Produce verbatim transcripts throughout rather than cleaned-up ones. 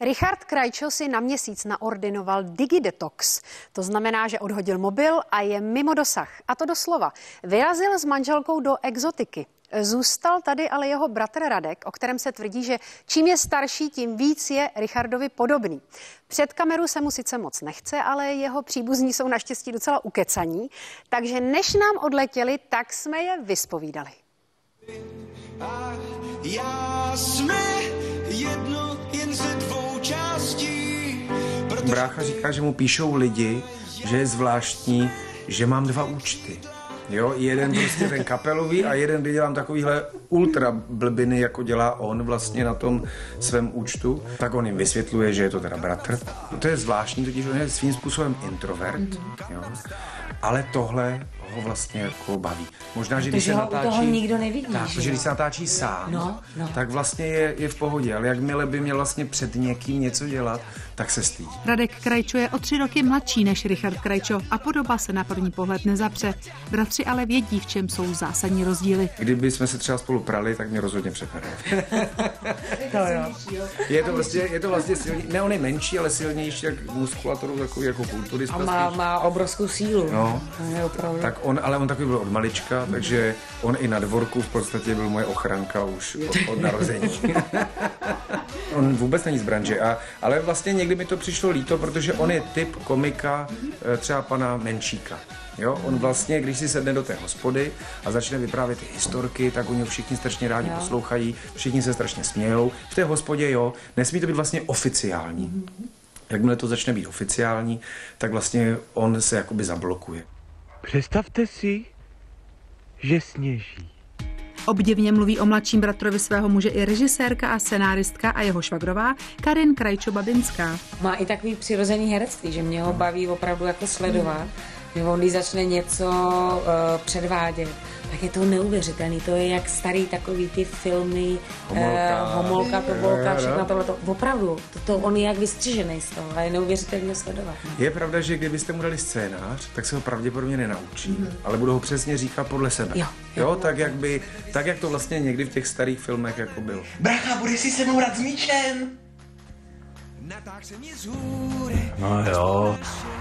Richard Krajčo si na měsíc naordinoval digidetox. To znamená, že odhodil mobil a je mimo dosah. A to doslova. Vyrazil s manželkou do exotiky. Zůstal tady ale jeho bratr Radek, o kterém se tvrdí, že čím je starší, tím víc je Richardovi podobný. Před kameru se mu sice moc nechce, ale jeho příbuzní jsou naštěstí docela ukecaní. Takže než nám odletěli, tak jsme je vyspovídali. A já jsme jedno jen ze dvou částí. Brácha říká, že mu píšou lidi, že je zvláštní, že mám dva účty. Jo, jeden prostě ten kapelový a jeden, kdy dělám takovýhle ultra blbiny, jako dělá on vlastně na tom svém účtu. Tak on jim vysvětluje, že je to teda bratr. To je zvláštní, totiž on je svým způsobem introvert, jo. Ale tohle ho vlastně jako baví. Možná, že když se natáčí... toho nikdo nevidí. Tak, protože když se natáčí sám, no, no. tak vlastně je, je v pohodě, ale jakmile by měl vlastně před někým něco dělat, tak se stydí. Radek Krajčo je o tři roky mladší než Richard Krajčo a podoba se na první pohled nezapře. Bratři ale vědí, v čem jsou zásadní rozdíly. Kdyby jsme se třeba spolu prali, tak mě rozhodně přepere. To jo. Je to vlastně, je to vlastně silný, ne on je menší, ale silnější, jak muskulaturu, takový jako kulturista. A má, má obrovskou sílu. No. Je opravdu. Tak on, ale on takový byl od malička, takže on i na dvorku v podstatě byl moje ochranka už od, od narození. On vůbec není z branže, a, ale vlastně někdy mi to přišlo líto, protože on je typ komika třeba pana Menšíka. Jo, on vlastně, když si sedne do té hospody a začne vyprávět ty historky, tak oni ho všichni strašně rádi jo. poslouchají, všichni se strašně smějou. V té hospodě, jo, nesmí to být vlastně oficiální. Jakmile to začne být oficiální, tak vlastně on se jakoby zablokuje. Představte si, že sněží. Obdivně mluví o mladším bratrovi svého muže i režisérka a scenáristka a jeho švagrová Karin Krajčo-Babinská. Má i takový přirozený herectví, že mě ho baví opravdu jako sledovat. Že on, když začne něco uh, předvádět, tak je to neuvěřitelný. To je jak starý takový ty filmy, Homolka, uh, Homolka Tobolka, všechno tohleto. Opravdu, to, to, on je jak vystřižený z toho a je neuvěřitelně sledovat. Je pravda, že kdybyste mu dali scénář, tak se ho pravděpodobně nenaučí, mm. ale budou ho přesně říkat podle sebe. Jo, jo, jo tak, jak by, tak jak to vlastně někdy v těch starých filmech jako bylo. Bracha, budeš si se mnou hrát s míčem? Natáč se mě z hůry. No jo.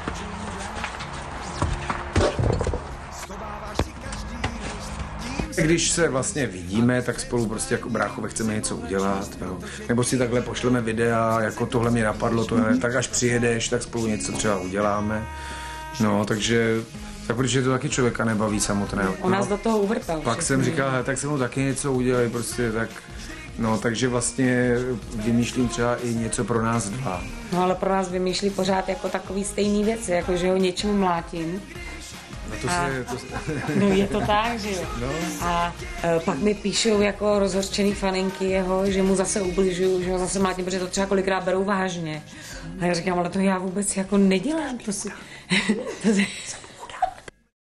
Když se vlastně vidíme, tak spolu prostě jako bráchové chceme něco udělat, jo. Nebo si takhle pošleme videa, jako tohle mě napadlo, tohle, tak až přijedeš, tak spolu něco třeba uděláme. No, takže tak protože to taky člověka nebaví samotného. On nás no, do toho uvrtal. Pak jsem říkal, tak se mu taky něco udělej, prostě tak. No, takže vlastně vymýšlím třeba i něco pro nás dva. No, ale pro nás vymýšlí pořád jako takový stejný věci, jako že ho něčemu mlátím. No to a, se, to se... No je to tak, že jo. No. A e, pak mi píšou jako rozhořčený faninky jeho, že mu zase ubližuju, že ho zase mlátím, protože to třeba kolikrát berou vážně. A já říkám, ale to já vůbec jako nedělám, to si... to si